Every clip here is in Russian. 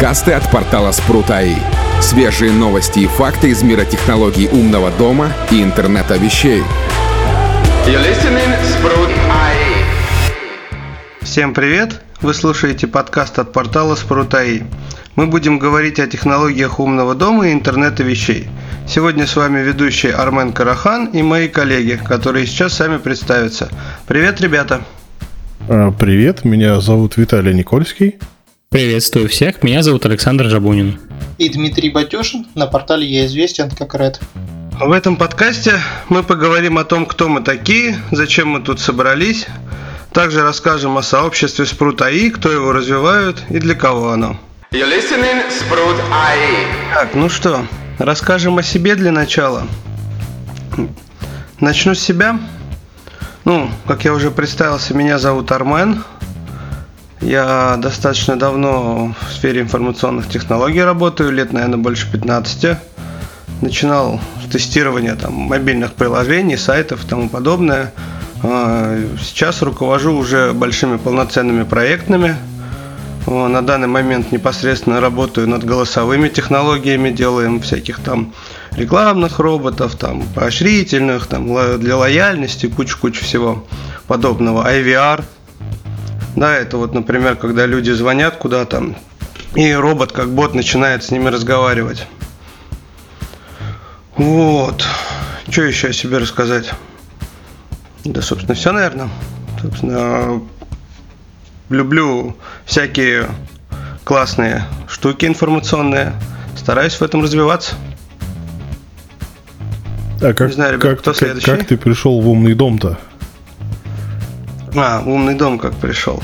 подкасты от портала Спрут.АИ. Свежие новости и факты из мира технологий умного дома и интернета вещей. Всем привет! Вы слушаете подкаст от портала Спрут.АИ. Мы будем говорить о технологиях умного дома и интернета вещей. Сегодня с вами ведущий Армен Карахан и мои коллеги, которые сейчас сами представятся. Привет, ребята! Привет, меня зовут Виталий Никольский. Приветствую всех, меня зовут Александр Жабунин. И Дмитрий Батюшин, на портале я известен как Ред. В этом подкасте мы поговорим о том, кто мы такие, зачем мы тут собрались. Также расскажем о сообществе Спрут.АИ, кто его развивает и для кого оно. Так, ну что, расскажем о себе для начала. Начну с себя. Как я уже представился, меня зовут Армен. Я достаточно давно в сфере информационных технологий работаю, лет, наверное, больше 15. Начинал с тестирования мобильных приложений, сайтов и тому подобное. Сейчас руковожу уже большими полноценными проектами. На данный момент непосредственно работаю над голосовыми технологиями, делаем всяких рекламных роботов, поощрительных, для лояльности, кучу всего подобного. IVR. Да, это например, когда люди звонят куда-то, и робот, как бот, начинает с ними разговаривать. Что еще о себе рассказать? Да, собственно, все, наверное. Люблю всякие классные штуки информационные. Стараюсь в этом развиваться. А как, не знаю, ребят, кто следующий? Как ты пришел в умный дом-то? В умный дом как пришел.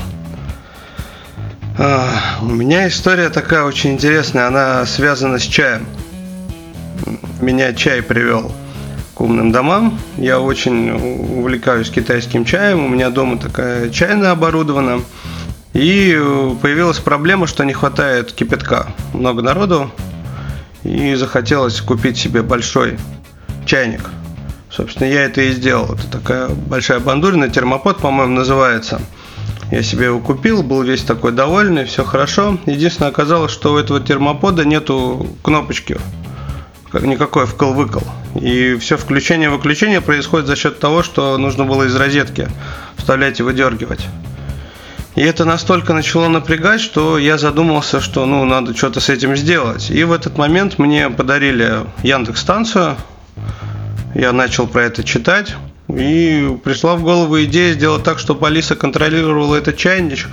У меня история такая очень интересная. Она связана с чаем. Меня чай привел к умным домам. Я очень увлекаюсь китайским чаем. У меня дома такая чайная оборудована. И появилась проблема, что не хватает кипятка. Много народу. И захотелось купить себе большой чайник. Собственно, я это и сделал. Это такая большая бандурина, термопод, по-моему, называется. Я себе его купил, был весь такой довольный, все хорошо. Единственное, оказалось, что у этого термопода нету кнопочки. Никакой вкл-выкл. И все включение-выключение происходит за счет того, что нужно было из розетки вставлять и выдергивать. И это настолько начало напрягать, что я задумался, что надо что-то с этим сделать. И в этот момент мне подарили Яндекс-станцию. Я начал про это читать. И пришла в голову идея сделать так, чтобы Алиса контролировала этот чайничек.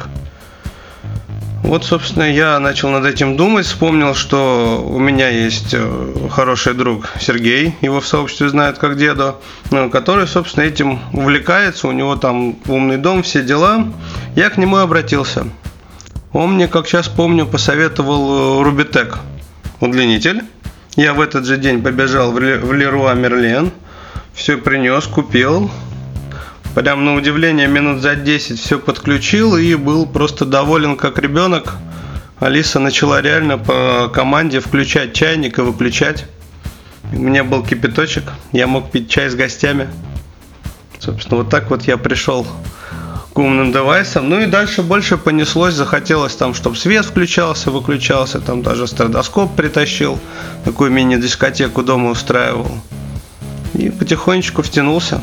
Собственно, я начал над этим думать. Вспомнил, что у меня есть хороший друг Сергей, его в сообществе знают как деду, который, собственно, этим увлекается. У него умный дом, все дела. Я к нему обратился. Он мне, как сейчас помню, посоветовал Rubitech удлинитель. Я в этот же день побежал в Леруа Мерлен. Все принес, купил. Прям на удивление минут за 10 все подключил и был просто доволен как ребенок. Алиса начала реально по команде включать чайник и выключать. У меня был кипяточек, я мог пить чай с гостями. Собственно, так я пришел к умным девайсам. И дальше больше понеслось, захотелось чтобы свет включался, выключался. Даже стробоскоп притащил, такую мини-дискотеку дома устраивал. И потихонечку втянулся.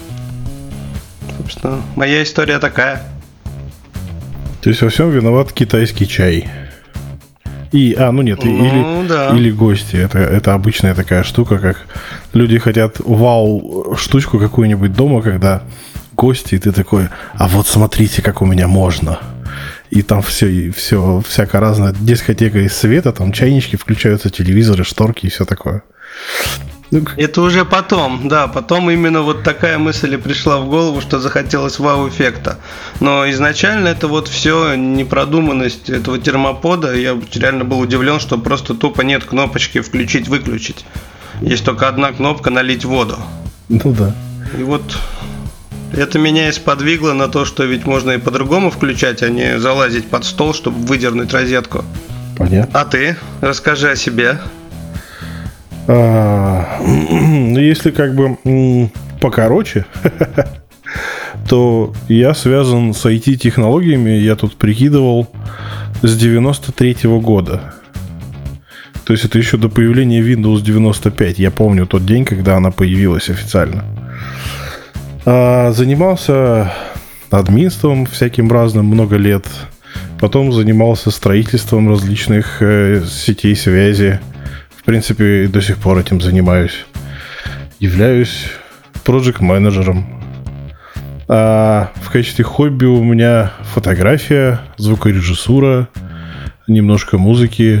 Собственно, моя история такая. То есть во всем виноват китайский чай. Или гости. Это обычная такая штука, как люди хотят штучку какую-нибудь дома, когда гости, и ты такой, а вот смотрите, как у меня можно. И там все всякая разная дискотека из света, чайнички включаются, телевизоры, шторки и все такое. Это уже потом, да, потом именно такая мысль пришла в голову, что захотелось вау-эффекта. Но изначально это все непродуманность этого термопода. Я реально был удивлен, что просто тупо нет кнопочки включить-выключить. Есть только одна кнопка налить воду. Да. И это меня и сподвигло на то, что ведь можно и по-другому включать, а не залазить под стол, чтобы выдернуть розетку. Понятно. А ты? Расскажи о себе. Если покороче, то я связан с IT-технологиями. Я тут прикидывал, с 93-го года. То есть это еще до появления Windows 95. Я помню тот день, когда она появилась официально. Занимался админством всяким разным много лет. Потом занимался строительством различных сетей связи. В принципе, до сих пор этим занимаюсь. Являюсь проект-менеджером. А в качестве хобби у меня фотография, звукорежиссура, немножко музыки,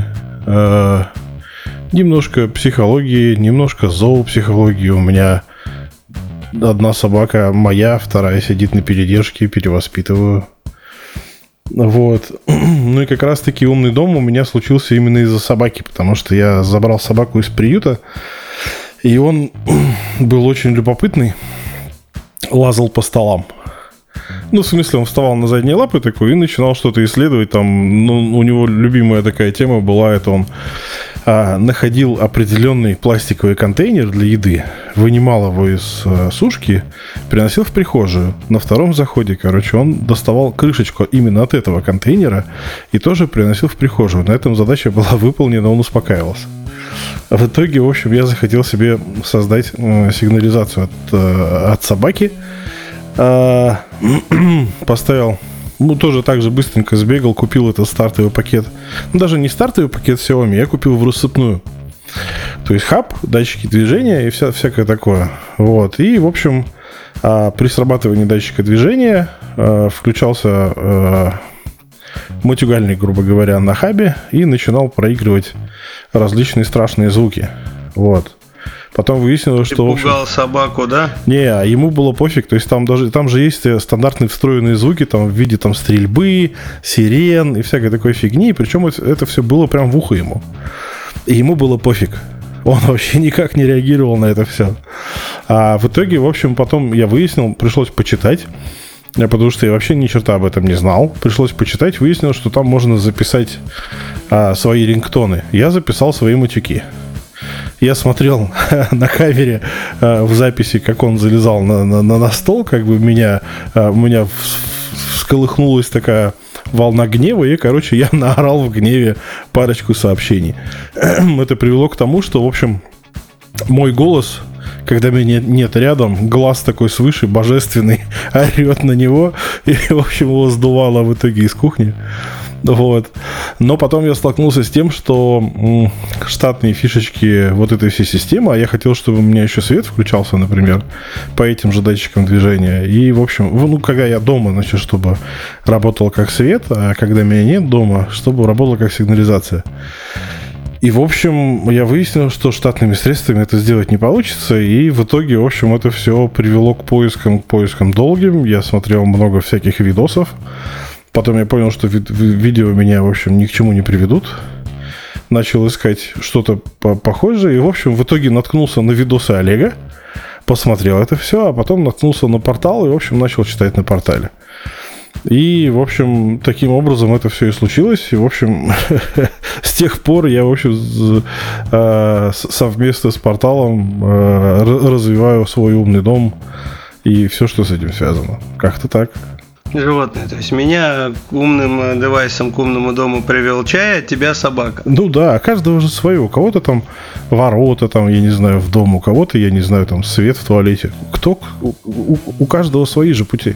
немножко психологии, немножко зоопсихологии. У меня одна собака моя, вторая сидит на передержке, перевоспитываю. Вот. Ну и как раз-таки умный дом у меня случился именно из-за собаки, потому что я забрал собаку из приюта, и он был очень любопытный, лазал по столам. Ну, в смысле, он вставал на задние лапы такой и начинал что-то исследовать. Там, ну, у него любимая такая тема была, это он находил определенный пластиковый контейнер для еды, вынимал его из сушки, приносил в прихожую. На втором заходе, короче, он доставал крышечку именно от этого контейнера и тоже приносил в прихожую. На этом задача была выполнена, он успокаивался. В итоге, в общем, я захотел себе создать сигнализацию от собаки. Поставил, ну, тоже так же быстренько сбегал, купил этот стартовый пакет. Ну, даже не стартовый пакет Xiaomi, я купил в рассыпную. То есть хаб, датчики движения и всякое такое. Вот. И, в общем, при срабатывании датчика движения включался матюгальник, грубо говоря, на хабе и начинал проигрывать различные страшные звуки. Вот. Потом выяснилось, что... Ты пугал собаку, да? Не, ему было пофиг. То есть там же есть стандартные встроенные звуки там, в виде там, стрельбы, сирен и всякой такой фигни. Причем это все было прям в ухо ему. И ему было пофиг. Он вообще никак не реагировал на это все. А в итоге, в общем, потом я выяснил, пришлось почитать. Потому что я вообще ни черта об этом не знал. Пришлось почитать, выяснилось, что там можно записать свои рингтоны. Я записал свои матюки. Я смотрел на камере в записи, как он залезал на стол, как бы у меня всколыхнулась такая волна гнева, и, короче, я наорал в гневе парочку сообщений. Это привело к тому, что, в общем, мой голос, когда меня нет рядом, глаз такой свыше, божественный, орет на него, и, в общем, его сдувало в итоге из кухни. Вот. Но потом я столкнулся с тем, что штатные фишечки вот этой всей системы, а я хотел, чтобы у меня еще свет включался, например, по этим же датчикам движения. И, в общем, ну, когда я дома, значит, чтобы работал как свет, а когда меня нет дома, чтобы работала как сигнализация. И, в общем, я выяснил, что штатными средствами это сделать не получится, и в итоге, в общем, это все привело к поискам долгим. Я смотрел много всяких видосов. Потом я понял, что видео меня, в общем, ни к чему не приведут. Начал искать что-то похожее. И, в общем, в итоге наткнулся на видосы Олега. Посмотрел это все, а потом наткнулся на портал и, в общем, начал читать на портале. И, в общем, таким образом это все и случилось. И, в общем, с тех пор я, в общем, совместно с порталом развиваю свой умный дом и все, что с этим связано. Как-то так. Животное. То есть меня к умным девайсам, к умному дому привел чай, а тебя собака. Ну да, каждого же свое. У кого-то там ворота, там, я не знаю, в дом, у кого-то, я не знаю, там свет в туалете. У каждого свои же пути.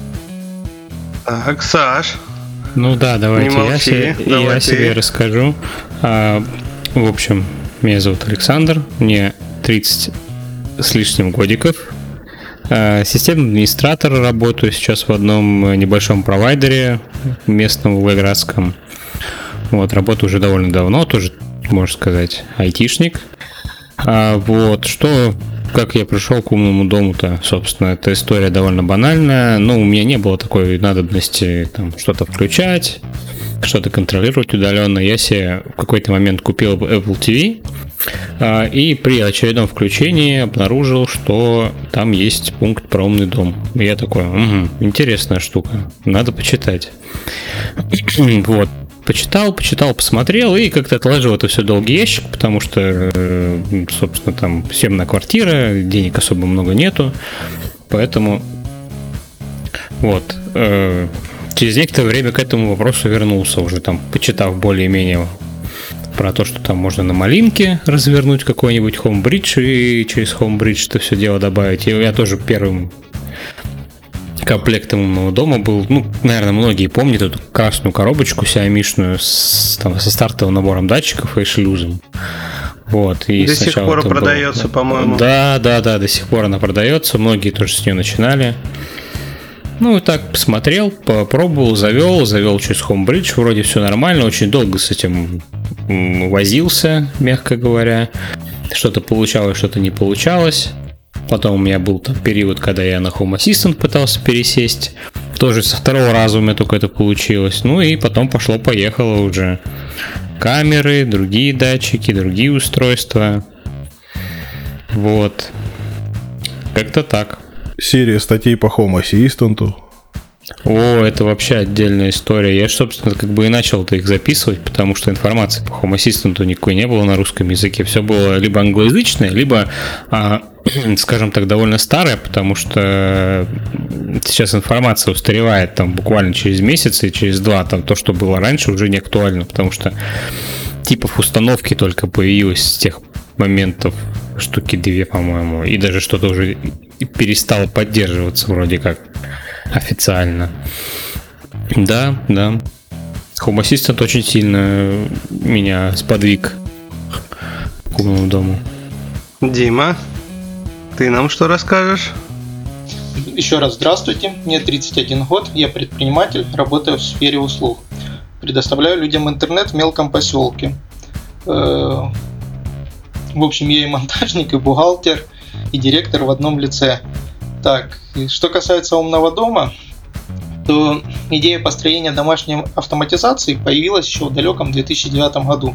Так, Саш. Ну да, давайте я себе расскажу. В общем, меня зовут Александр, мне 30 с лишним годиков. Системный администратор, работаю сейчас в одном небольшом провайдере местном, волгоградском. Вот, работаю уже довольно давно, тоже, можно сказать, айтишник. Вот, как я пришел к умному дому-то, собственно, эта история довольно банальная. Ну, у меня не было такой надобности там что-то включать, что-то контролировать удаленно. Я себе в какой-то момент купил Apple TV, и при очередном включении обнаружил, что там есть пункт про умный дом. И я такой, интересная штука, надо почитать. Вот. Почитал, посмотрел и как-то отложил это все в долгий ящик, потому что, собственно, там съемная квартира, денег особо много нету, поэтому вот. через некоторое время к этому вопросу вернулся, уже там, почитав более-менее про то, что там можно на малинке развернуть какой-нибудь Homebridge и через Homebridge это все дело добавить. И я тоже первым комплектом умного дома был, наверное, многие помнят эту красную коробочку Xiaomi-шную со стартовым набором датчиков и шлюзом. Вот, и до сих пор продается, по-моему. Да, до сих пор она продается. Многие тоже с нее начинали. И так посмотрел, попробовал, завел через Homebridge. Вроде все нормально, очень долго с этим возился, мягко говоря. Что-то получалось, что-то не получалось. Потом у меня был там период, когда я на Home Assistant пытался пересесть. Тоже со второго раза у меня только это получилось. И потом пошло-поехало уже. Камеры, другие датчики, другие устройства. Вот. Как-то так. Серия статей по Home Assistant. О, это вообще отдельная история. Я, собственно, и начал-то их записывать, потому что информации по Home Assistant никакой не было на русском языке. Все было либо англоязычное, либо, скажем так, довольно старое, потому что сейчас информация устаревает там буквально через месяц и через два. Там то, что было раньше, уже не актуально, потому что типов установки только появилось с тех моментов штуки 2, по-моему, и даже что-то уже перестало поддерживаться вроде как официально. Да. Home Assistant очень сильно меня сподвиг к умному дому. Дима, ты нам что расскажешь? Еще раз здравствуйте, мне 31 год, я предприниматель, работаю в сфере услуг. Предоставляю людям интернет в мелком поселке. В общем, я и монтажник, и бухгалтер, и директор в одном лице. Так, что касается умного дома, то идея построения домашней автоматизации появилась еще в далеком 2009 году.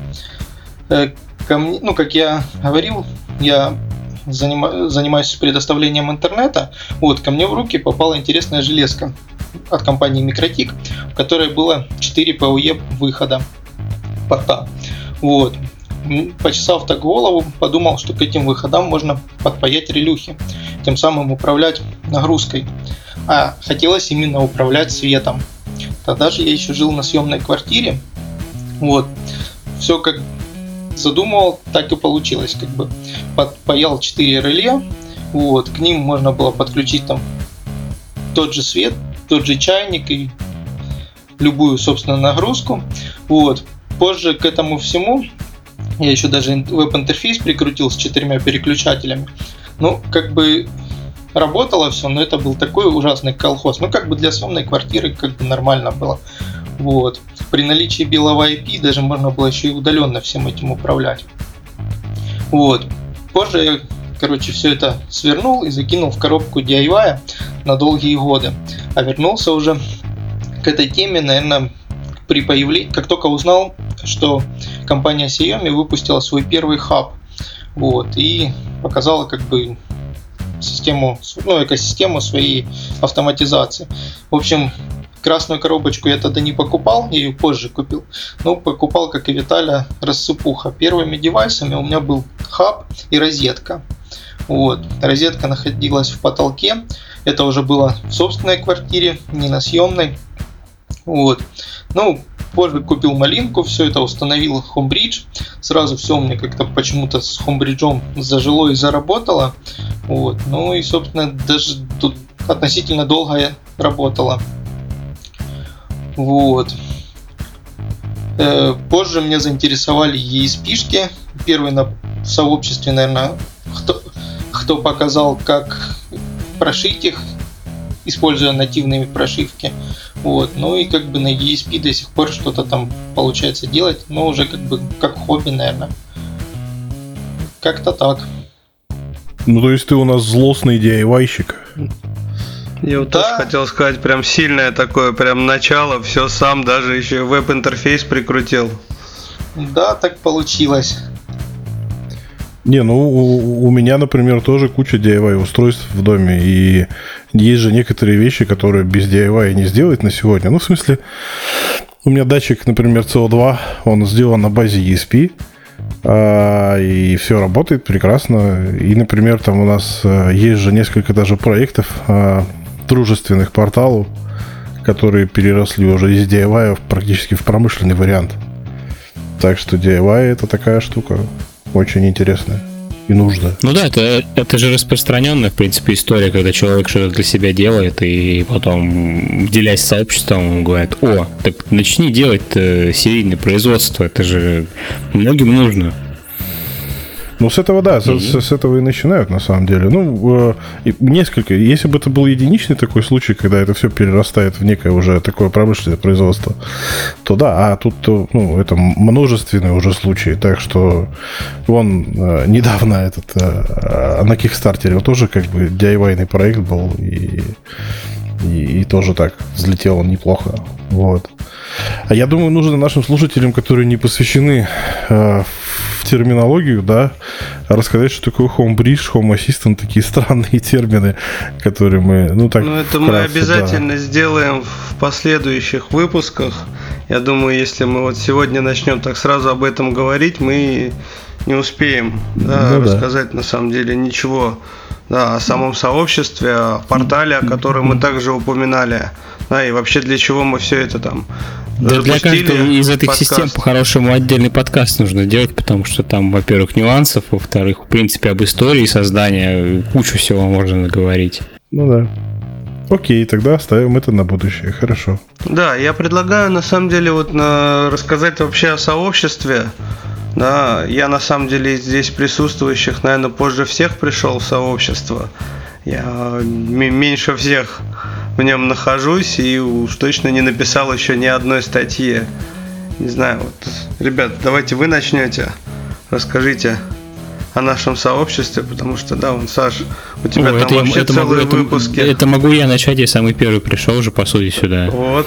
Как я говорил, я занимаюсь предоставлением интернета. Ко мне в руки попала интересная железка от компании Микротик, в которой было 4 PoE выхода порта. Почесав так голову, подумал, что к этим выходам можно подпаять релюхи, тем самым управлять нагрузкой. А хотелось именно управлять светом. Тогда же я еще жил на съемной квартире. Все как задумывал, так и получилось. Подпаял 4 реле. К ним можно было подключить там тот же свет, тот же чайник и любую, собственно, нагрузку. Позже к этому всему я еще даже веб-интерфейс прикрутил с 4 переключателями. Работало все, но это был такой ужасный колхоз. Для съемной квартиры нормально было. При наличии белого IP даже можно было еще и удаленно всем этим управлять. Позже я, все это свернул и закинул в коробку DIY на долгие годы. А вернулся уже к этой теме, наверное, при появлении, как только узнал, что компания Xiaomi выпустила свой первый хаб, и показала экосистему своей автоматизации. В общем, красную коробочку я тогда не покупал, я ее позже купил. Покупал, как и Виталя, рассыпуха. Первыми девайсами у меня был хаб и розетка. Розетка находилась в потолке. Это уже было в собственной квартире, не на съемной. Позже купил малинку, все это установил Homebridge. Сразу все у меня как-то почему-то с Homebridge зажило и заработало. И, собственно, даже тут относительно долго я работала. Позже меня заинтересовали ESP-шки. Первый в сообществе, наверное, кто показал, как прошить их, используя нативные прошивки. И на ESP до сих пор что-то там получается делать, но уже как хобби, наверное. Как-то так. То есть ты у нас злостный DIY-щик. Я тоже хотел сказать, прям сильное такое, прям начало, все сам, даже еще веб-интерфейс прикрутил. Да, так получилось. У меня, например, тоже куча DIY устройств в доме, и есть же некоторые вещи, которые без DIY не сделать на сегодня. В смысле, у меня датчик, например, CO2, он сделан на базе ESP, и все работает прекрасно. И, например, там у нас есть же несколько даже проектов дружественных порталу, которые переросли уже из DIY практически в промышленный вариант. Так что DIY это такая штука очень интересная и нужная. Ну да, это же распространенная, в принципе, история, когда человек что-то для себя делает, и потом, делясь с сообществом, он говорит: о, так начни делать серийное производство, это же многим нужно. Ну, с этого, да, с этого и начинают, на самом деле. Ну, несколько. Если бы это был единичный такой случай, когда это все перерастает в некое уже такое промышленное производство, то да, а тут, ну, это множественные уже случаи. Так что вон недавно этот на Кикстартере тоже как бы DIY-ный проект был, и тоже так взлетел он неплохо. Вот. А я думаю, нужно нашим слушателям, которые не посвящены в терминологию, да, рассказать, что такое Homebridge, Home Assistant, такие странные термины, которые мы, ну так. Ну, это мы обязательно сделаем в последующих выпусках. Я думаю, если мы вот сегодня начнем так сразу об этом говорить, мы не успеем рассказать на самом деле ничего о самом сообществе, о портале, о котором мы также упоминали. Да, и вообще для чего мы все это там для каждой из этих систем по-хорошему отдельный подкаст нужно делать, потому что там, во-первых, нюансов, во-вторых, в принципе, об истории создания кучу всего можно наговорить. Ну да. Окей, тогда оставим это на будущее, хорошо. Да, я предлагаю на самом деле вот рассказать вообще о сообществе. Да, я на самом деле здесь присутствующих, наверное, позже всех пришел в сообщество. Я меньше всех в нем нахожусь и уж точно не написал еще ни одной статьи. Не знаю, вот, ребят, давайте вы начнете. Расскажите о нашем сообществе, потому что, да, вон, Саш, у тебя там вообще целые выпуски. Это могу я начать, я самый первый пришел уже, по сути, сюда. Вот,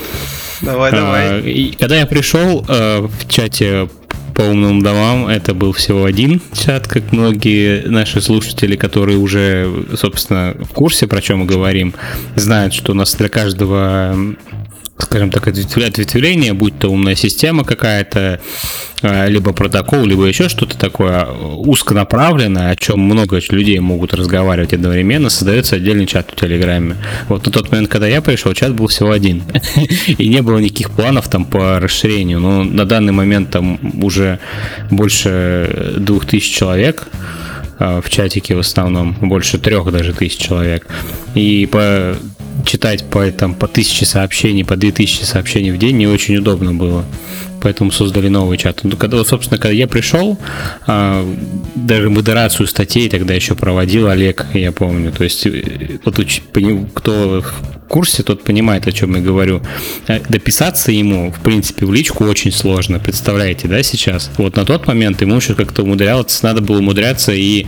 давай. Когда я пришел в чате по умным домам, это был всего один чат, как многие наши слушатели, которые уже, собственно, в курсе, про чем мы говорим, знают, что у нас для каждого, скажем так, ответвления, будь то умная система какая-то, либо протокол, либо еще что-то такое узконаправленное, о чем много людей могут разговаривать одновременно, создается отдельный чат в Телеграме. Вот на тот момент, когда я пришел, чат был всего один. И не было никаких планов там по расширению. Но на данный момент там уже больше 2000 человек в чатике в основном, больше 3000 человек. И читать по 1000 сообщений, по 2000 сообщений в день не очень удобно было. Поэтому создали новый чат. Ну, собственно, когда я пришел, даже модерацию статей тогда еще проводил Олег, я помню. То есть, вот кто в курсе, тот понимает, о чем я говорю. Дописаться ему, в принципе, в личку очень сложно. Представляете, да, сейчас? Вот на тот момент ему еще как-то надо было умудряться и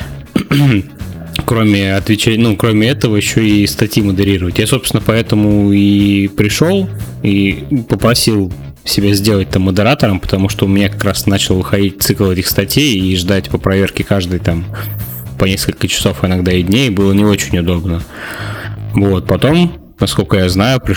кроме этого еще и статьи модерировать. Я, собственно, поэтому и пришел и попросил себя сделать там модератором, потому что у меня как раз начал выходить цикл этих статей, и ждать по проверке каждой там по несколько часов, иногда и дней, было не очень удобно. Вот, потом, насколько я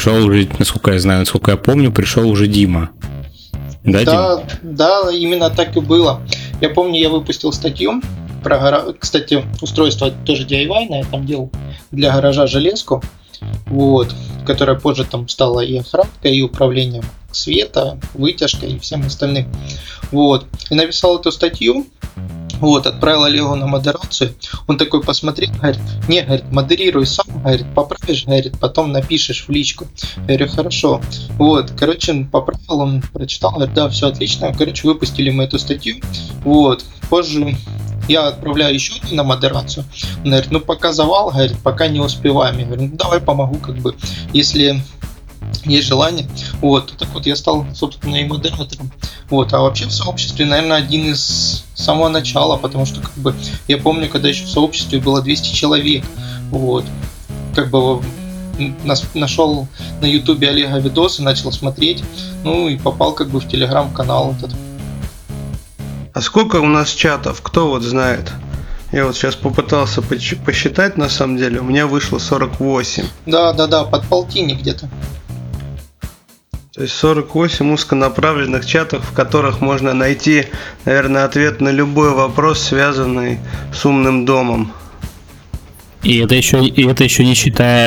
помню, пришел уже Дима. Да, Дим? Да, именно так и было. Я помню, я выпустил статью про, кстати, устройство тоже DIY, я там делал для гаража железку, вот, которая позже там стала и охранкой, и управлением света, вытяжкой и всем остальным. Вот. И написал эту статью, вот, отправил Олегу на модерацию. Он такой посмотрел, говорит: не, говорит, модерируй сам, говорит, поправишь, говорит, потом напишешь в личку. Я говорю: хорошо. Вот, короче, он поправил, он прочитал, говорит: да, все отлично. Короче, выпустили мы эту статью. Вот, позже я отправляю еще на модерацию. Он говорит: ну пока завал, говорит, пока не успеваем. Я говорю: ну давай помогу, как бы, если есть желание. Вот, так вот я стал, собственно, и модератором. Вот, а вообще в сообществе, наверное, один из самого начала, потому что, как бы, я помню, когда еще в сообществе было 200 человек. Вот, как бы нашел на ютубе Олега видосы, начал смотреть, ну и попал как бы в телеграм-канал этот. А сколько у нас чатов? Кто вот знает? Я вот сейчас попытался посчитать, на самом деле, у меня вышло 48. Да, под полтинник где-то. То есть 48 узконаправленных чатов, в которых можно найти, наверное, ответ на любой вопрос, связанный с умным домом. И это еще не считая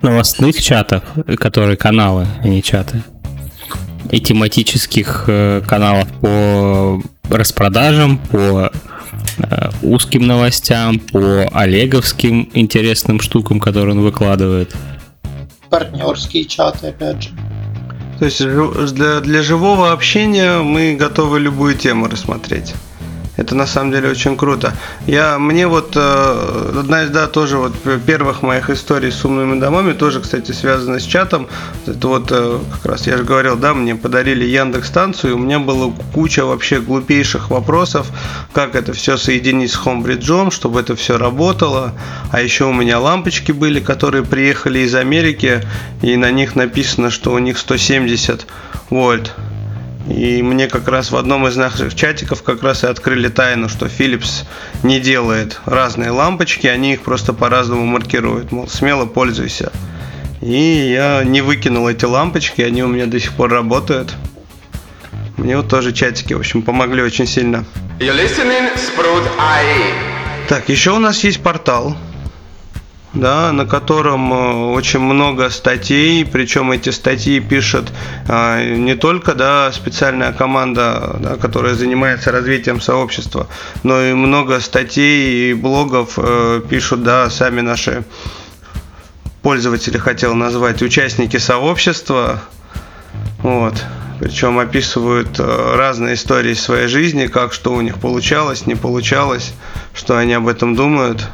новостных чатов, которые каналы, а не чаты, и тематических каналов по распродажам, по узким новостям, по олеговским интересным штукам, которые он выкладывает. Партнерские чаты, опять же. То есть для живого общения мы готовы любую тему рассмотреть. Это на самом деле очень круто. Мне одна из, тоже первых моих историй с умными домами, тоже, кстати, связана с чатом. Это как раз я же говорил, мне подарили Яндекс-станцию, и у меня была куча вообще глупейших вопросов, как это все соединить с Homebridge, чтобы это все работало. А еще у меня лампочки были, которые приехали из Америки, и на них написано, что у них 170 вольт. И мне как раз в одном из наших чатиков как раз и открыли тайну, что Philips не делает разные лампочки, они их просто по-разному маркируют, мол, смело пользуйся. И я не выкинул эти лампочки, они у меня до сих пор работают. Мне тоже чатики, в общем, помогли очень сильно. You're listening, Sprout.ai. Так, еще у нас есть портал, на котором очень много статей, причем эти статьи пишет не только специальная команда, которая занимается развитием сообщества, но и много статей и блогов пишут сами наши пользователи, хотел назвать, участники сообщества. Причем описывают разные истории своей жизни, что у них получалось, не получалось, что они об этом думают.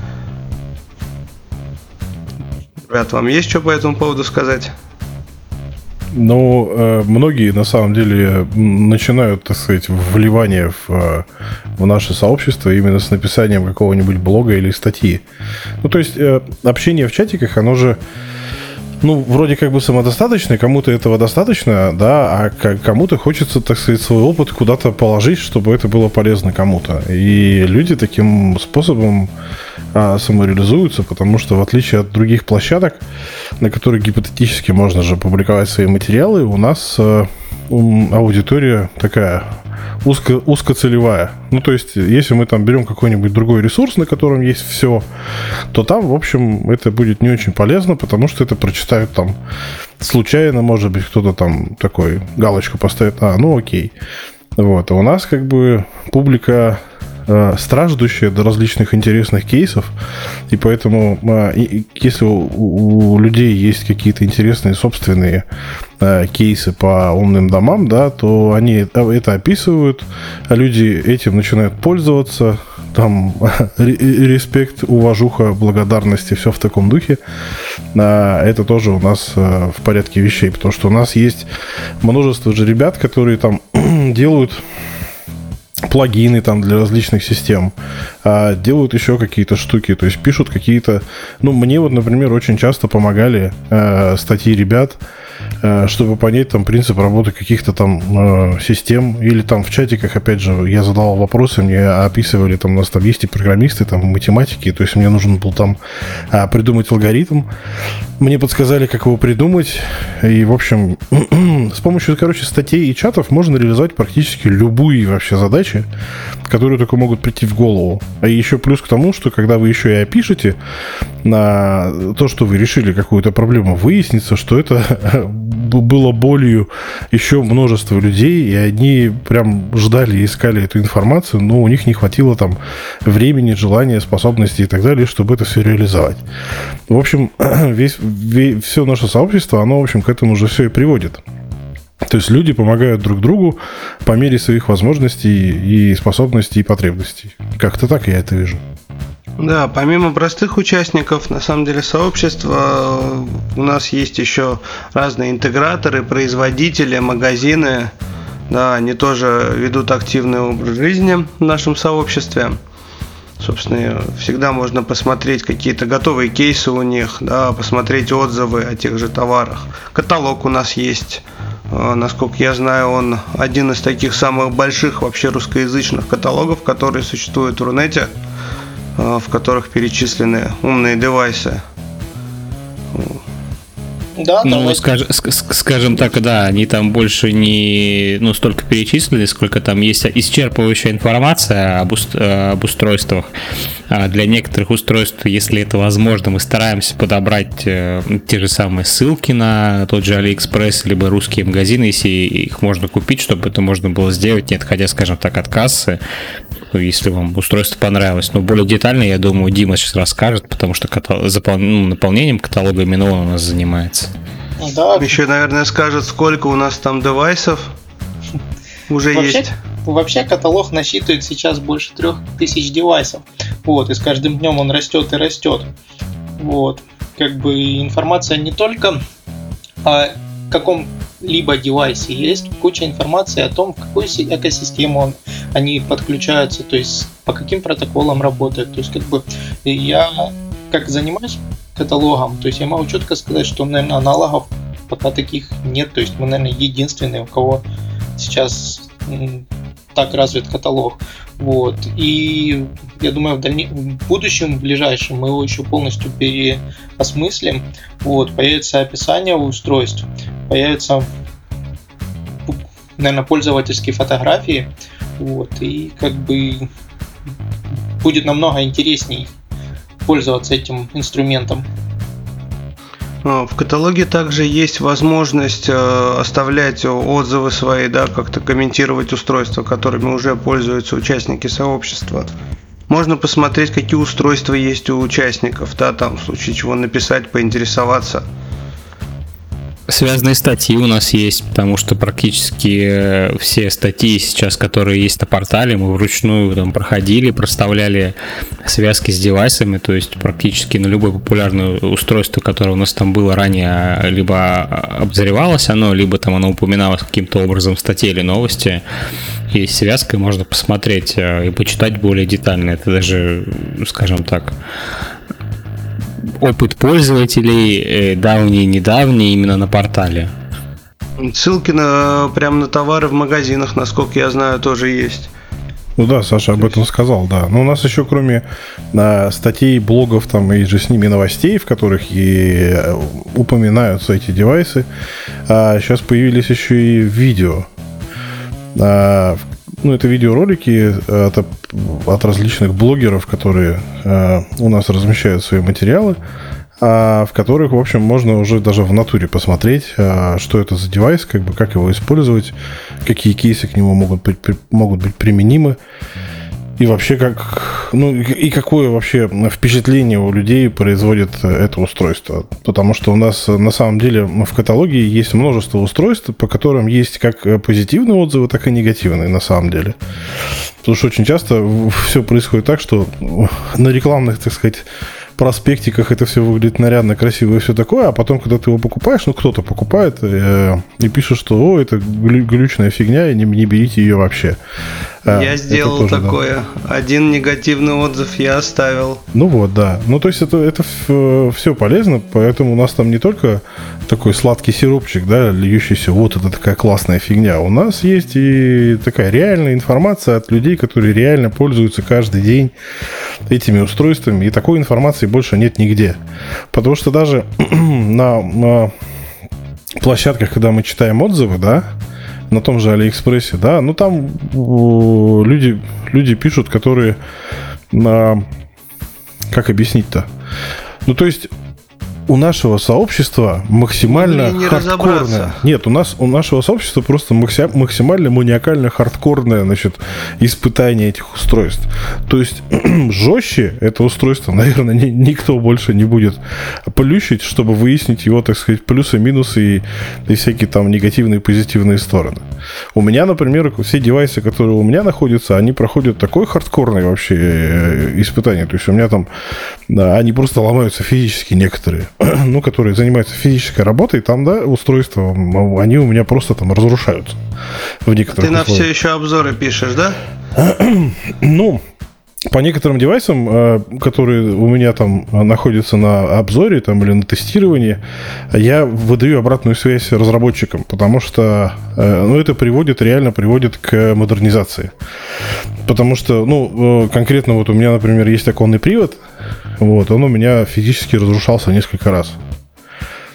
Ребят, вам есть что по этому поводу сказать? Многие на самом деле начинают, так сказать, вливание в наше сообщество именно с написанием какого-нибудь блога или статьи. То есть общение в чатиках, оно же вроде как бы самодостаточное, кому-то этого достаточно, а кому-то хочется, так сказать, свой опыт куда-то положить, чтобы это было полезно кому-то. И люди таким способом самореализуются, потому что в отличие от других площадок, на которых гипотетически можно же публиковать свои материалы, у нас аудитория такая узкоцелевая. То есть, если мы там берем какой-нибудь другой ресурс, на котором есть все, то там, в общем, это будет не очень полезно, потому что это прочитают там случайно, может быть, кто-то там такой галочку поставит, окей. А у нас как бы публика страждущая до различных интересных кейсов, и поэтому если у людей есть какие-то интересные собственные кейсы по умным домам, то они это описывают, а люди этим начинают пользоваться, там респект, уважуха, благодарность и все в таком духе. Это тоже у нас в порядке вещей, потому что у нас есть множество же ребят, которые там делают плагины там для различных систем, делают еще какие-то штуки, то есть пишут какие-то... мне например, очень часто помогали статьи ребят, чтобы понять там принцип работы каких-то там систем, или там в чатиках, опять же, я задавал вопросы, мне описывали, там у нас там есть и программисты, там математики, то есть мне нужен был там придумать алгоритм, мне подсказали, как его придумать, и, в общем, с помощью, статей и чатов можно реализовать практически любые вообще задачи, которые только могут прийти в голову. А еще плюс к тому, что когда вы еще и опишете на то, что вы решили какую-то проблему, выяснится, что это было болью еще множество людей, и они прям ждали и искали эту информацию, но у них не хватило там времени, желания, способностей и так далее, чтобы это все реализовать. В общем, все наше сообщество, оно, в общем, к этому же все и приводит. То есть люди помогают друг другу по мере своих возможностей и способностей и потребностей. Как-то так я это вижу. Да, помимо простых участников, на самом деле сообщества, у нас есть еще разные интеграторы, производители, магазины. Да, они тоже ведут активный образ жизни в нашем сообществе. Собственно, всегда можно посмотреть какие-то готовые кейсы у них, да, посмотреть отзывы о тех же товарах. Каталог у нас есть. Насколько я знаю, он один из таких самых больших вообще русскоязычных каталогов, которые существуют в Рунете, в которых перечислены умные девайсы. Да, ну, скажем так, да, они там больше не столько перечислены, сколько там есть исчерпывающая информация об устройствах. Для некоторых устройств, если это возможно, мы стараемся подобрать те же самые ссылки на тот же AliExpress, либо русские магазины, если их можно купить, чтобы это можно было сделать, не отходя, скажем так, от кассы, если вам устройство понравилось. Но более детально, я думаю, Дима сейчас расскажет, потому что наполнением каталога именно он у нас занимается. Да. Еще, наверное, скажет, сколько у нас там девайсов уже есть. Вообще каталог насчитывает сейчас больше 3000 девайсов. Вот, и с каждым днем он растет и растет. Вот. Как бы информация не только о каком-либо девайсе, есть куча информации о том, в какую экосистему они подключаются, то есть по каким протоколам работают. То есть как бы я как занимаюсь каталогом, то есть я могу четко сказать, что, наверное, аналогов пока таких нет. То есть мы, наверное, единственные, у кого сейчас так развит каталог. Вот. И я думаю, в будущем, в ближайшем, мы его еще полностью переосмыслим. Вот. Появится описание устройств, появятся, наверное, пользовательские фотографии. Вот. И как бы будет намного интересней пользоваться этим инструментом. В каталоге также есть возможность оставлять отзывы свои, да, как-то комментировать устройства, которыми уже пользуются участники сообщества. Можно посмотреть, какие устройства есть у участников, да, там в случае чего написать, поинтересоваться. Связанные статьи у нас есть, потому что практически все статьи сейчас, которые есть на портале, мы вручную там проходили, проставляли связки с девайсами, то есть практически на любое популярное устройство, которое у нас там было ранее, либо обозревалось оно, либо там оно упоминалось каким-то образом в статье или новости. Есть связка, можно посмотреть и почитать более детально. Это даже, скажем так, опыт пользователей, давний и недавний, именно на портале. Ссылки прямо на товары в магазинах, насколько я знаю, тоже есть. Ну да, Саша об этом сказал, да. Но у нас еще кроме статей, блогов там и же с ними новостей, в которых и упоминаются эти девайсы, сейчас появились еще и видео. Ну, это видеоролики от различных блогеров, которые у нас размещают свои материалы, в которых, в общем, можно уже даже в натуре посмотреть, что это за девайс, как бы, как его использовать, какие кейсы к нему могут быть применимы. И вообще, и какое вообще впечатление у людей производит это устройство. Потому что у нас на самом деле в каталоге есть множество устройств, по которым есть как позитивные отзывы, так и негативные на самом деле. Потому что очень часто все происходит так, что на рекламных, так сказать, проспектиках это все выглядит нарядно, красиво и все такое, а потом, когда ты его покупаешь, кто-то покупает и пишет, что это глючная фигня, и не берите ее вообще. Я сделал тоже, такое. Да. Один негативный отзыв я оставил. Ну вот, да. Ну, то есть это все полезно, поэтому у нас там не только такой сладкий сиропчик, да, льющийся, вот это такая классная фигня. У нас есть и такая реальная информация от людей, которые реально пользуются каждый день этими устройствами, и такой информации больше нет нигде. Потому что даже на площадках, когда мы читаем отзывы, да, на том же Алиэкспрессе, да, ну там люди пишут, которые как объяснить-то? Ну, то есть у нашего сообщества максимально хардкорное. Нет, у нашего сообщества просто максимально маниакально хардкорное, значит, испытание этих устройств. То есть жестче это устройство, наверное, никто больше не будет плющить, чтобы выяснить его, так сказать, плюсы, минусы и всякие там негативные и позитивные стороны. У меня, например, все девайсы, которые у меня находятся, они проходят такое хардкорное вообще испытание. То есть у меня там они просто ломаются физически некоторые. Ну, которые занимаются физической работой, там, да, устройства, они у меня просто там разрушаются в некоторых условиях. Ты на все еще обзоры пишешь, да? Ну, по некоторым девайсам, которые у меня там находятся на обзоре там, или на тестировании, я выдаю обратную связь разработчикам, потому что это реально приводит к модернизации. Потому что, конкретно вот у меня, например, есть оконный привод, вот, он у меня физически разрушался несколько раз.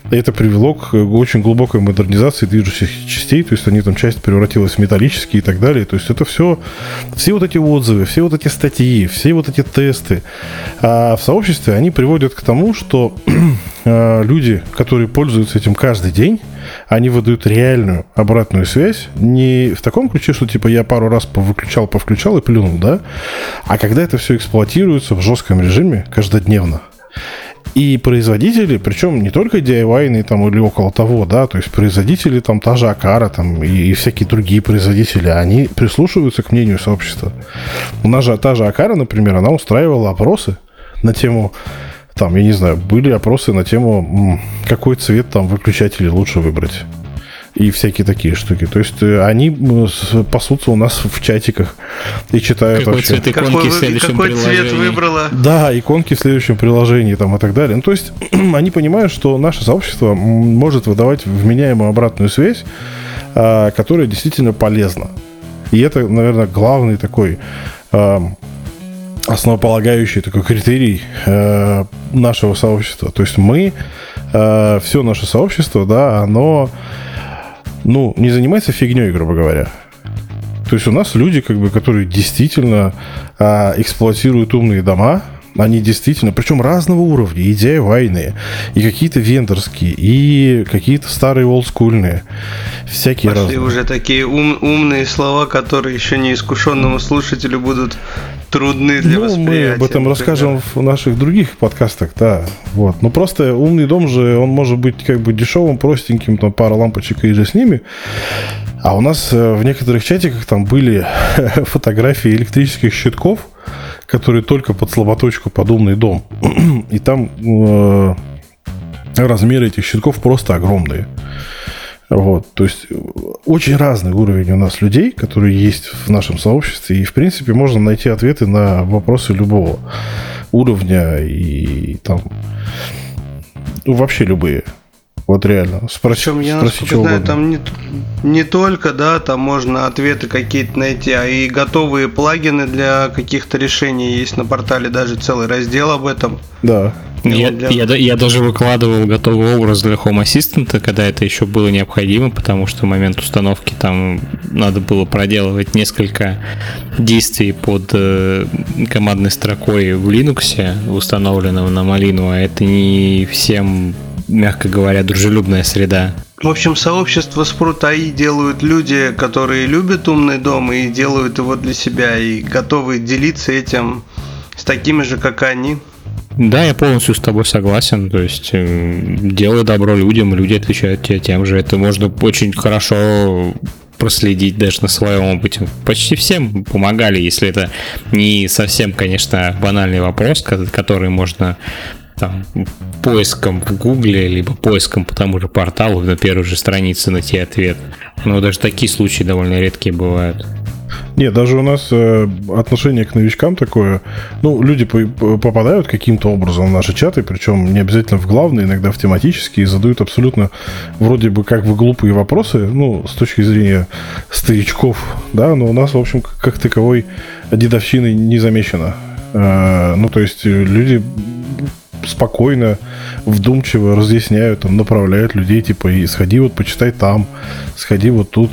это привело к очень глубокой модернизации движущих частей, то есть они там часть превратилась в металлические и так далее. То есть это все вот эти отзывы, все вот эти статьи, все вот эти тесты в сообществе, они приводят к тому, что люди, которые пользуются этим каждый день, они выдают реальную обратную связь, не в таком ключе, что типа я пару раз повключал и плюнул, да, а когда это все эксплуатируется в жестком режиме каждодневно. И производители, причем не только DIY-ные там или около того, да, то есть производители там та же Акара там и всякие другие производители, они прислушиваются к мнению сообщества. У нас же та же Акара, например, она устраивала опросы на тему, там, я не знаю, были опросы на тему, какой цвет там выключателей лучше выбрать. И всякие такие штуки. То есть они пасутся у нас в чатиках и читают какой вообще. Цвет иконки в следующем какой приложении. цвет выбрала? Да, иконки в следующем приложении там, и так далее. Ну, то есть они понимают, что наше сообщество может выдавать вменяемую обратную связь, которая действительно полезна. И это, наверное, главный такой основополагающий такой критерий нашего сообщества. То есть мы, все наше сообщество, да, оно не занимается фигней, грубо говоря. То есть у нас люди, как бы, которые действительно эксплуатируют умные дома, они действительно, причем разного уровня, и DIY-ные, и какие-то вендорские, и какие-то старые олдскульные, всякие Пошли разные. уже такие умные слова, которые еще неискушенному слушателю будут трудны для восприятия. Мы об этом расскажем в наших других подкастах, да. Вот. Но просто умный дом же, он может быть как бы дешевым, простеньким, там пара лампочек и же с ними. А у нас в некоторых чатиках там были фотографии электрических щитков, которые только под слаботочку, под умный дом. И там размеры этих щитков просто огромные. Вот, то есть очень разный уровень у нас людей, которые есть в нашем сообществе, и в принципе можно найти ответы на вопросы любого уровня и там вообще любые. Вот реально. Причем я, насколько знаю, там не только, да, там можно ответы какие-то найти, а и готовые плагины для каких-то решений есть на портале, даже целый раздел об этом. Да. Я даже выкладывал готовый образ для Home Assistant, когда это еще было необходимо, потому что в момент установки там надо было проделывать несколько действий под командной строкой в Linux, установленного на Малину, а это не всем, мягко говоря, дружелюбная среда. В общем, сообщество Sprut.ai делают люди, которые любят умный дом и делают его для себя, и готовы делиться этим с такими же, как они. Да, я полностью с тобой согласен. То есть делай добро людям, люди отвечают тебе тем же. Это можно очень хорошо проследить даже на своем опыте. Почти всем помогали, если это не совсем, конечно, банальный вопрос, который можно там поиском в Гугле, либо поиском по тому же порталу на первой же странице найти ответ. Но даже такие случаи довольно редкие бывают. Нет, даже у нас отношение к новичкам такое. Люди попадают каким-то образом в наши чаты, причем не обязательно в главные, иногда в тематические, и задают абсолютно вроде бы как бы глупые вопросы, с точки зрения старичков, да, но у нас, в общем, как таковой дедовщины не замечено. То есть люди спокойно, вдумчиво разъясняют, там, направляют людей, типа, и сходи вот почитай там, сходи вот тут.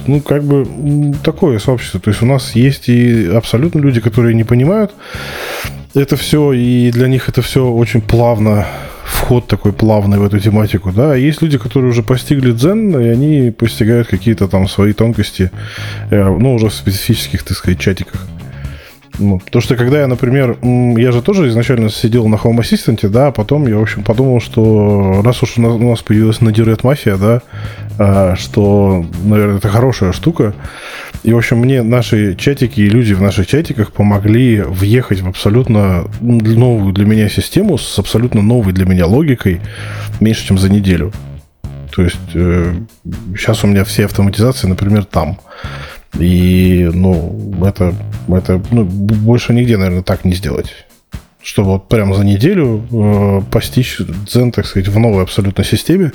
Такое сообщество. То есть у нас есть и абсолютно люди, которые не понимают это все, и для них это все очень плавно, вход такой плавный в эту тематику, да. А есть люди, которые уже постигли дзен, и они постигают какие-то там свои тонкости, уже в специфических, так сказать, чатиках. Потому что когда я, например, я же тоже изначально сидел на Home Assistant, да, а потом я, в общем, подумал, что раз уж у нас появилась Node-RED мафия, да, что, наверное, это хорошая штука. И, в общем, мне наши чатики и люди в наших чатиках помогли въехать в абсолютно новую для меня систему с абсолютно новой для меня логикой меньше, чем за неделю. То есть сейчас у меня все автоматизации, например, там. И, это больше нигде, наверное, так не сделать. чтобы вот прямо за неделю постичь дзен, так сказать, в новой абсолютно системе,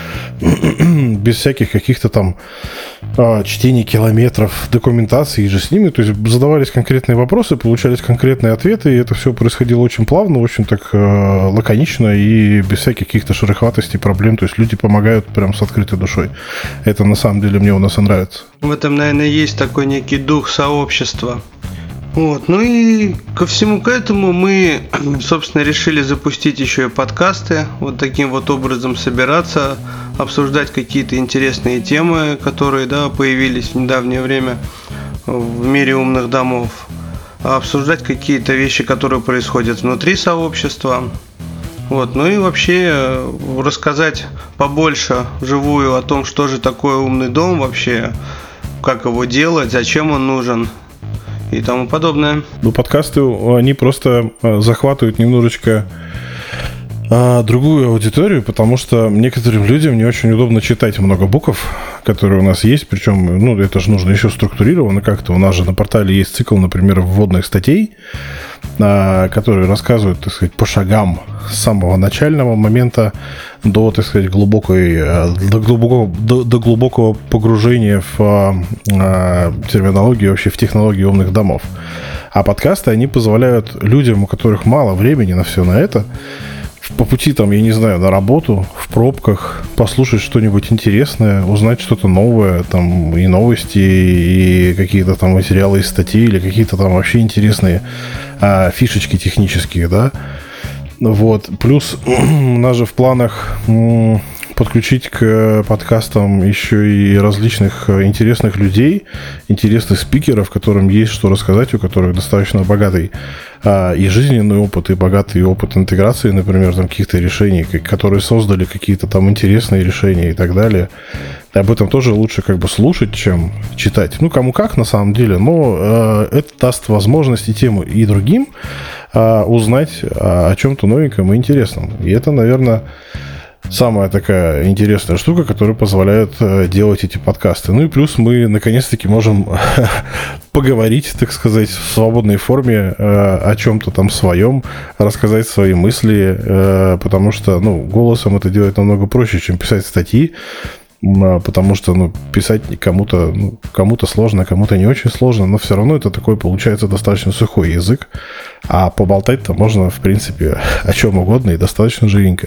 без всяких каких-то там чтений километров документации и же с ними. То есть задавались конкретные вопросы, получались конкретные ответы, и это все происходило очень плавно, очень так лаконично и без всяких каких-то шероховатостей, проблем. То есть люди помогают прям с открытой душой. Это на самом деле мне у нас и нравится. В этом, наверное, есть такой некий дух сообщества. Вот. Ну и ко всему к этому мы, собственно, решили запустить еще и подкасты, вот таким вот образом собираться, обсуждать какие-то интересные темы, которые, да, появились в недавнее время в мире умных домов, обсуждать какие-то вещи, которые происходят внутри сообщества. Вот. Ну и вообще рассказать побольше вживую о том, что же такое умный дом вообще, как его делать, зачем он нужен и тому подобное. Ну, подкасты, они просто захватывают немножечко другую аудиторию, потому что некоторым людям не очень удобно читать много букв, которые у нас есть, причем, ну, это же нужно еще структурированно как-то. У нас же на портале есть цикл, например, вводных статей, которые рассказывают, так сказать, по шагам с самого начального момента до, так сказать, до глубокого погружения в терминологию, вообще в технологии умных домов. А подкасты, они позволяют людям, у которых мало времени на все на это, по пути, там, я не знаю, на работу, в пробках, послушать что-нибудь интересное, узнать что-то новое, там, и новости, и какие-то там материалы из статей, или какие-то там вообще интересные фишечки технические, да. Вот. Плюс у нас же в планах подключить к подкастам еще и различных интересных людей, интересных спикеров, которым есть что рассказать, у которых достаточно богатый и жизненный опыт, и богатый опыт интеграции, например, там каких-то решений, которые создали какие-то там интересные решения и так далее. И об этом тоже лучше как бы слушать, чем читать. Ну, кому как, на самом деле, но это даст возможность и тем, и другим узнать о чем-то новеньком и интересном. И это, наверное, самая такая интересная штука, которая позволяет делать эти подкасты. Ну и плюс мы наконец-таки можем поговорить, так сказать, в свободной форме о чем-то там своем, рассказать свои мысли, потому что, ну, голосом это делать намного проще, чем писать статьи, потому что, ну, писать кому-то сложно, кому-то не очень сложно, но все равно это такой получается достаточно сухой язык, а поболтать-то можно, в принципе, о чем угодно и достаточно живенько.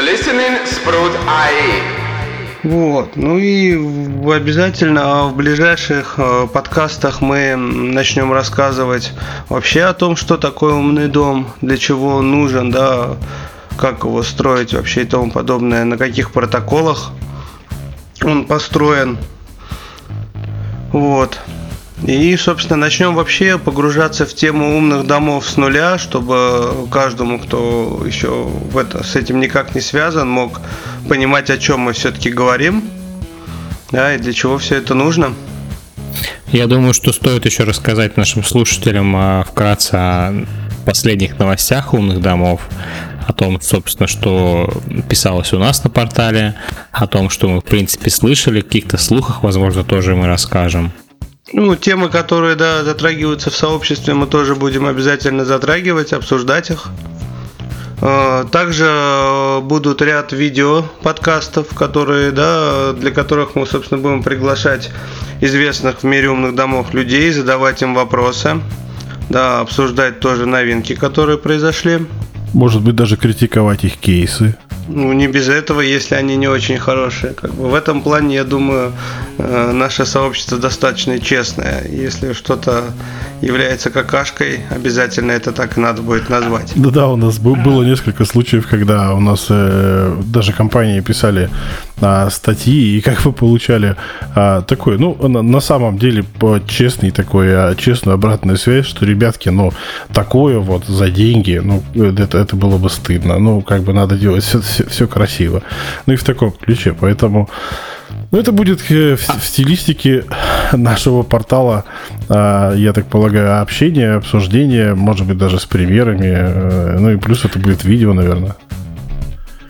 Вот, ну и обязательно в ближайших подкастах мы начнем рассказывать вообще о том, что такое умный дом, для чего он нужен, да, как его строить вообще и тому подобное, на каких протоколах он построен. Вот. И, собственно, начнем вообще погружаться в тему умных домов с нуля, чтобы каждому, кто еще с этим никак не связан, мог понимать, о чем мы все-таки говорим, да, и для чего все это нужно. Я думаю, что стоит еще рассказать нашим слушателям вкратце о последних новостях умных домов, о том, собственно, что писалось у нас на портале, о том, что мы, в принципе, слышали, о каких-то слухах, возможно, тоже мы расскажем. Ну, темы, которые, да, затрагиваются в сообществе, мы тоже будем обязательно затрагивать, обсуждать их. Также будут ряд видео подкастов, которые, да, для которых мы, собственно, будем приглашать известных в мире умных домов людей, задавать им вопросы, да, обсуждать тоже новинки, которые произошли. Может быть, даже критиковать их кейсы. Ну, не без этого, если они не очень хорошие. Как бы в этом плане, я думаю, наше сообщество достаточно честное. Если что-то является какашкой, обязательно это так и надо будет назвать. Да, у нас было несколько случаев, когда у нас даже компании писали статьи, и как вы получали такой, ну, на самом деле, честную обратную связь, что, ребятки, ну, такое вот за деньги, ну, это было бы стыдно. Ну, как бы надо делать все красиво. Ну, и в таком ключе, поэтому... Ну, это будет в стилистике нашего портала, я так полагаю, общение, обсуждение, может быть, даже с примерами. Ну и плюс это будет видео, наверное.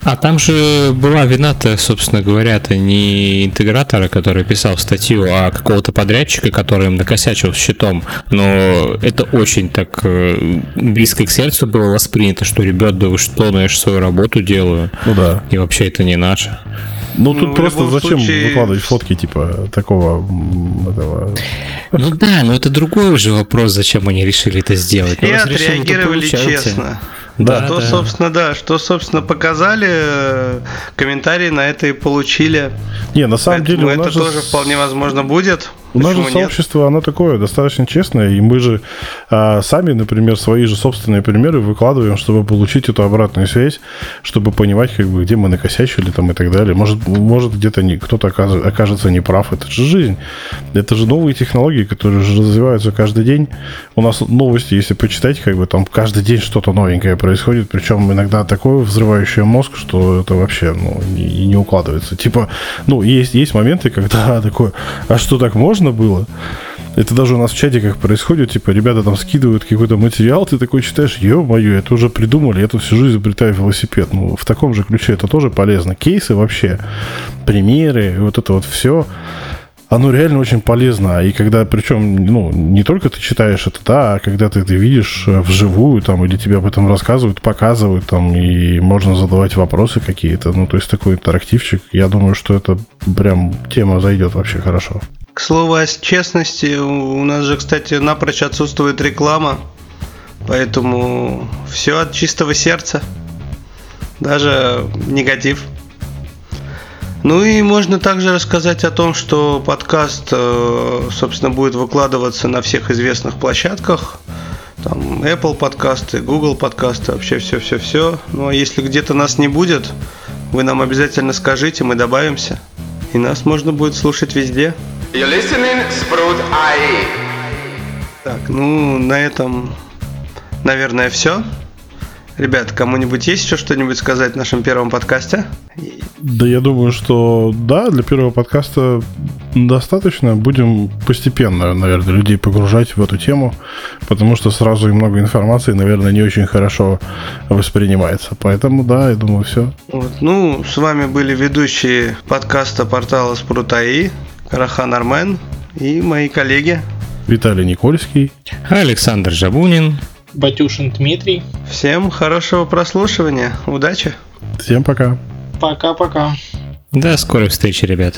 А там же была вина-то, собственно говоря-то, не интегратора, который писал статью, а какого-то подрядчика, который им накосячил с счетом. Но это очень так близко к сердцу было воспринято, что, ребят, да вы что, я же свою работу делаю. Ну да. И вообще это не наше. Ну, тут просто зачем выкладывать фотки, типа, такого... Этого... Ну да, но это другой уже вопрос, зачем они решили это сделать. И отреагировали честно. Да, что, собственно, показали, комментарии на это и получили. Не, на самом деле, это тоже вполне возможно будет. У нас же сообщество, оно такое, достаточно честное, и мы же сами, например, свои же собственные примеры выкладываем, чтобы получить эту обратную связь, чтобы понимать, как бы, где мы накосячили там, и так далее. Может где-то кто-то окажется неправ. Это же жизнь. Это же новые технологии, которые же развиваются каждый день. У нас новости, если почитать, как бы там каждый день что-то новенькое происходит, причем иногда такое взрывающее мозг, что это вообще не укладывается. Типа, есть моменты, когда такое, а что, так можно было? Это даже у нас в чатиках происходит, типа, ребята там скидывают какой-то материал, ты такой читаешь, ё-моё, это уже придумали, я тут сижу и изобретаю велосипед. В таком же ключе это тоже полезно. Кейсы вообще, примеры, вот это вот все, оно реально очень полезно. И когда, причем, не только ты читаешь это, да, а когда ты это видишь вживую, там, или тебе об этом рассказывают, показывают, там, и можно задавать вопросы какие-то, то есть такой интерактивчик, я думаю, что это прям тема зайдет вообще хорошо. К слову о честности, у нас же, кстати, напрочь отсутствует реклама, поэтому все от чистого сердца, даже негатив. Ну и можно также рассказать о том, что подкаст, собственно, будет выкладываться на всех известных площадках. Там Apple подкасты, Google подкасты, вообще все. Ну а если где-то нас не будет, вы нам обязательно скажите, мы добавимся. И нас можно будет слушать везде. You're listening Sprout.ai. Так, на этом, наверное, все. Ребят, кому-нибудь есть еще что-нибудь сказать в нашем первом подкасте? Да, я думаю, что да, для первого подкаста достаточно. Будем постепенно, наверное, людей погружать в эту тему, потому что сразу и много информации, наверное, не очень хорошо воспринимается. Поэтому, да, я думаю, все. С вами были ведущие подкаста портала Sprout.ai, Карахан Армен и мои коллеги Виталий Никольский, Александр Жабунин, Батюшин Дмитрий. Всем хорошего прослушивания. Удачи. Всем пока. Пока-пока. До скорой встречи, ребята.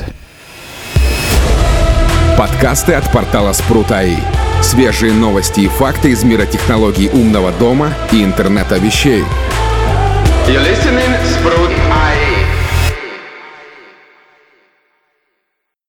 Подкасты от портала Sprout.ai. Свежие новости и факты из мира технологий умного дома и интернета вещей. You're listening, Sprout.